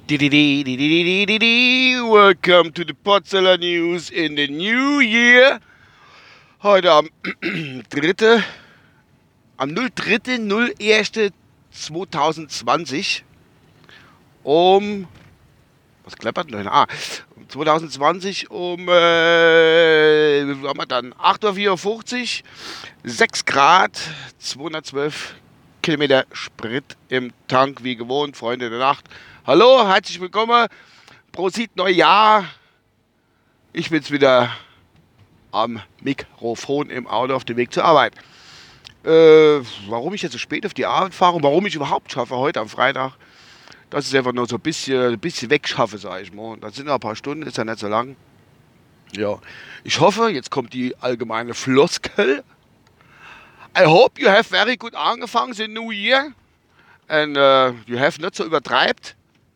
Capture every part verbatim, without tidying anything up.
Di-di-di-di-di-di-di-di. Welcome to the Potzeller News in the New Year. Heute am dritten am null dritten null ersten zweitausendzwanzig um, was klappert denn? Ah, um zwanzig zwanzig um, äh, wie haben wir dann? acht Uhr vierundfünfzig, sechs Grad, zweihundertzwölf Kilometer Sprit im Tank, wie gewohnt, Freunde der Nacht. Hallo, herzlich willkommen, Prosit Neujahr. Ich bin's wieder am Mikrofon im Auto auf dem Weg zur Arbeit. Äh, warum ich jetzt so spät auf die Arbeit fahre und warum ich überhaupt schaffe heute am Freitag, das ist einfach nur so ein bisschen, ein bisschen wegschaffe, sag ich mal. Das sind ja ein paar Stunden, ist ja nicht so lang. Ja, ich hoffe, jetzt kommt die allgemeine Floskel. I hope you have very good angefangen the new year and uh, you have not so übertreibt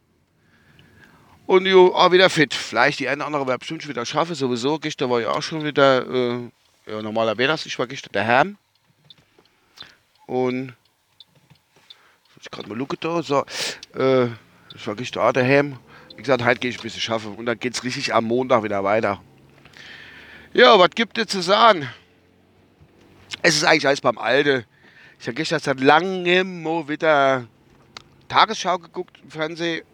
und you are wieder fit. Vielleicht die eine oder andere wird bestimmt schon wieder schaffen, sowieso. Gestern war ich auch schon wieder, äh, ja, normaler wäre das, ich war gestern daheim und ich gerade mal gucken da, so, äh, ich war gestern auch daheim. Wie gesagt, heute gehe ich ein bisschen schaffen und dann geht es richtig am Montag wieder weiter. Ja, was gibt es zu sagen? Es ist eigentlich alles beim Alten. Ich habe gestern seit langem mal wieder Tagesschau geguckt im Fernsehen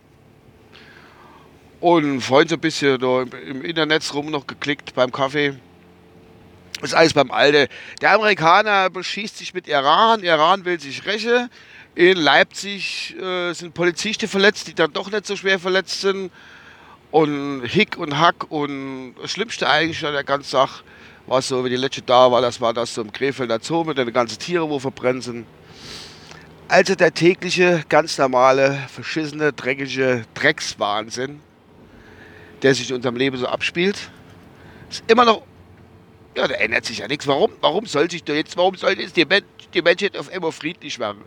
und vorhin so ein bisschen da im, im Internet rum noch geklickt beim Kaffee. Das ist alles beim Alten. Der Amerikaner beschießt sich mit Iran, Iran will sich rächen. In Leipzig äh, sind Polizisten verletzt, die dann doch nicht so schwer verletzt sind. Und Hick und Hack und das Schlimmste eigentlich an der ganzen Sache, was so wie die letzte da war, das war das so im Krefelder Zoo mit den ganzen Tieren, wo verbrennt sind. Also der tägliche, ganz normale, verschissene, dreckige Dreckswahnsinn, der sich in unserem Leben so abspielt, ist immer noch, ja, da ändert sich ja nichts. Warum, warum soll sich da jetzt, warum soll jetzt die, Men die Menschheit auf einmal friedlich werden?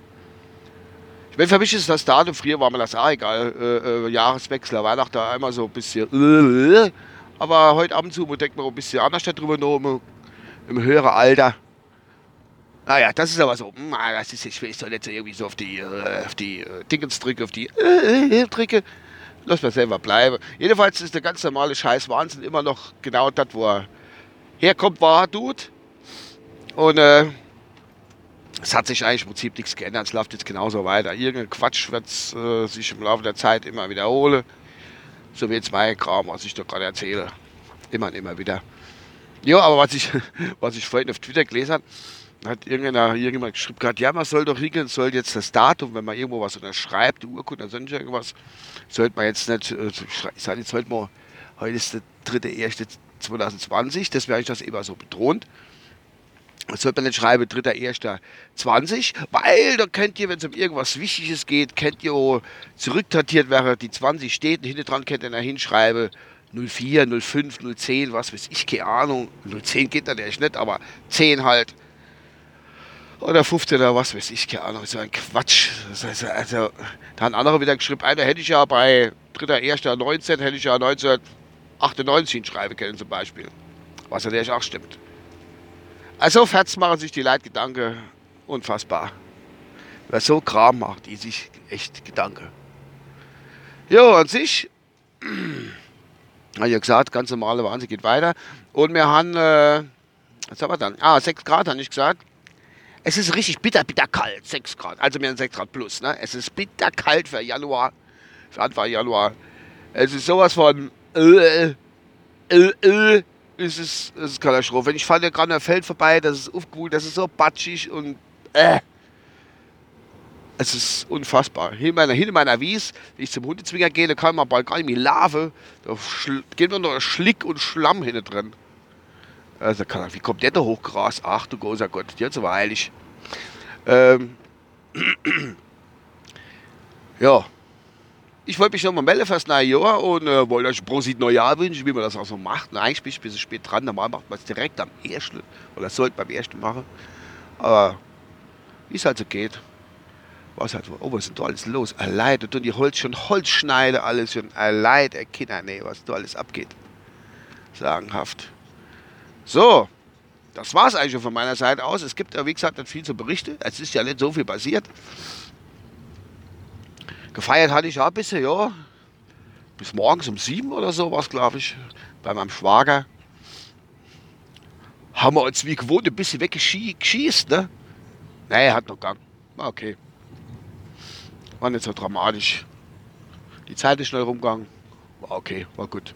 Ich meine, für mich ist das Datum, früher war mir das auch egal, äh, äh, Jahreswechsel, Weihnachten einmal so ein bisschen, äh, aber heute Abend zu denkt man ein bisschen anders darüber noch, im, im höheren Alter. Naja, das ist aber so, mh, das ist, ich will doch nicht so irgendwie so auf die, äh, auf die äh, Dingens drücke, auf die äh, äh, drücke. Lass mal selber bleiben. Jedenfalls ist der ganz normale Scheiß Wahnsinn immer noch genau das, wo er herkommt, war er tut. Und äh, es hat sich eigentlich im Prinzip nichts geändert, es läuft jetzt genauso weiter. Irgendein Quatsch wird äh, sich im Laufe der Zeit immer wiederholen. So wie jetzt mein Kram, was ich da gerade erzähle. Immer und immer wieder. Ja, aber was ich, was ich vorhin auf Twitter gelesen habe, hat irgendeiner, irgendjemand geschrieben gehabt, ja, man soll doch regeln, soll jetzt das Datum, wenn man irgendwo was unterschreibt, die Urkunde oder sonst irgendwas, sollte man jetzt nicht, äh, ich sage jetzt heute mal, heute ist der dritte erste zweitausendzwanzig, das wäre ich das immer so betont. Das sollte man nicht schreiben, dritter erster zwanzig, weil da könnt ihr, wenn es um irgendwas Wichtiges geht, könnt ihr auch zurückdatiert, während die zwanzig steht, und hinten dran könnt ihr dann hinschreiben, null vier, null fünf, null zehn, was weiß ich, keine Ahnung, null zehn geht natürlich nicht, aber zehn halt. Oder fünfzehn oder was weiß ich, keine Ahnung, so ein Quatsch. Das heißt, also, da haben andere wieder geschrieben, einer hätte ich ja bei dritter erster neunzehn, hätte ich ja neunzehnhundertachtundneunzig schreiben können zum Beispiel. Was natürlich auch stimmt. Also auf Herz machen sich die Leute Gedanken, unfassbar. Wer so Kram macht, die sich echt Gedanken. Jo, an sich, habe ich ja gesagt, ganz normale Wahnsinn geht weiter. Und wir haben, äh, was haben wir dann? Ah, sechs Grad, habe ich gesagt. Es ist richtig bitter, bitter kalt, sechs Grad. Also wir haben sechs Grad plus, ne? Es ist bitter kalt für Januar, für Anfang Januar. Es ist sowas von, äh, äh, äh, es ist, es ist Katastrophe. Wenn ich fahre ja gerade am Feld vorbei, das ist aufgewühlt, das ist so batschig und, äh. Es ist unfassbar. Hier in meiner, hier in meiner Wies, wenn ich zum Hundezwinger gehe, da kann man bald gar nicht mehr laufen. Da geht nur noch Schlick und Schlamm hinten drin. Also, kann, wie kommt der da hochgras? Ach du großer Gott, die hat so heilig. Ähm, ja, ich wollte mich nochmal melden fürs neue Jahr und äh, wollte euch Prosit Neujahr wünschen, wie man das auch so macht. Und eigentlich bin ich ein bisschen spät dran, normal macht man es direkt am ersten. Oder sollte beim ersten machen. Aber wie es halt so geht. Was halt so, oh, was ist denn da alles los? Allein, da tun die Holz schon Holz schneiden, alles schon allein, der Kinder, nee, was da alles abgeht. Sagenhaft. So, das war es eigentlich schon von meiner Seite aus. Es gibt ja, wie gesagt, nicht viel zu berichten. Es ist ja nicht so viel passiert. Gefeiert hatte ich auch ein bisschen, ja. Bis morgens um sieben oder so war es, glaube ich, bei meinem Schwager. Haben wir uns wie gewohnt ein bisschen weggeschießt, ne? Nee, hat noch gegangen. War okay. War nicht so dramatisch. Die Zeit ist schnell rumgegangen. War okay, war gut.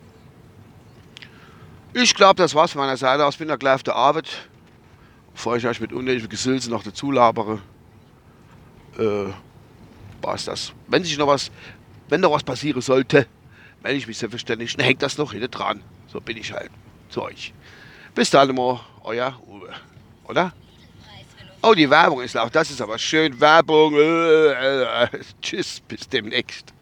Ich glaube, das war's von meiner Seite aus. Bin ja gleich auf der Arbeit. Bevor ich euch mit unnötigem Gesülze noch dazu labere, äh, war's das. Wenn sich noch was, wenn noch was passieren sollte, melde ich mich selbstverständlich. Dann hängt das noch hinten dran. So bin ich halt zu euch. Bis dann immer, euer Uwe. Oder? Oh, die Werbung ist auch. Das ist aber schön. Werbung. Äh, äh, äh. Tschüss, bis demnächst.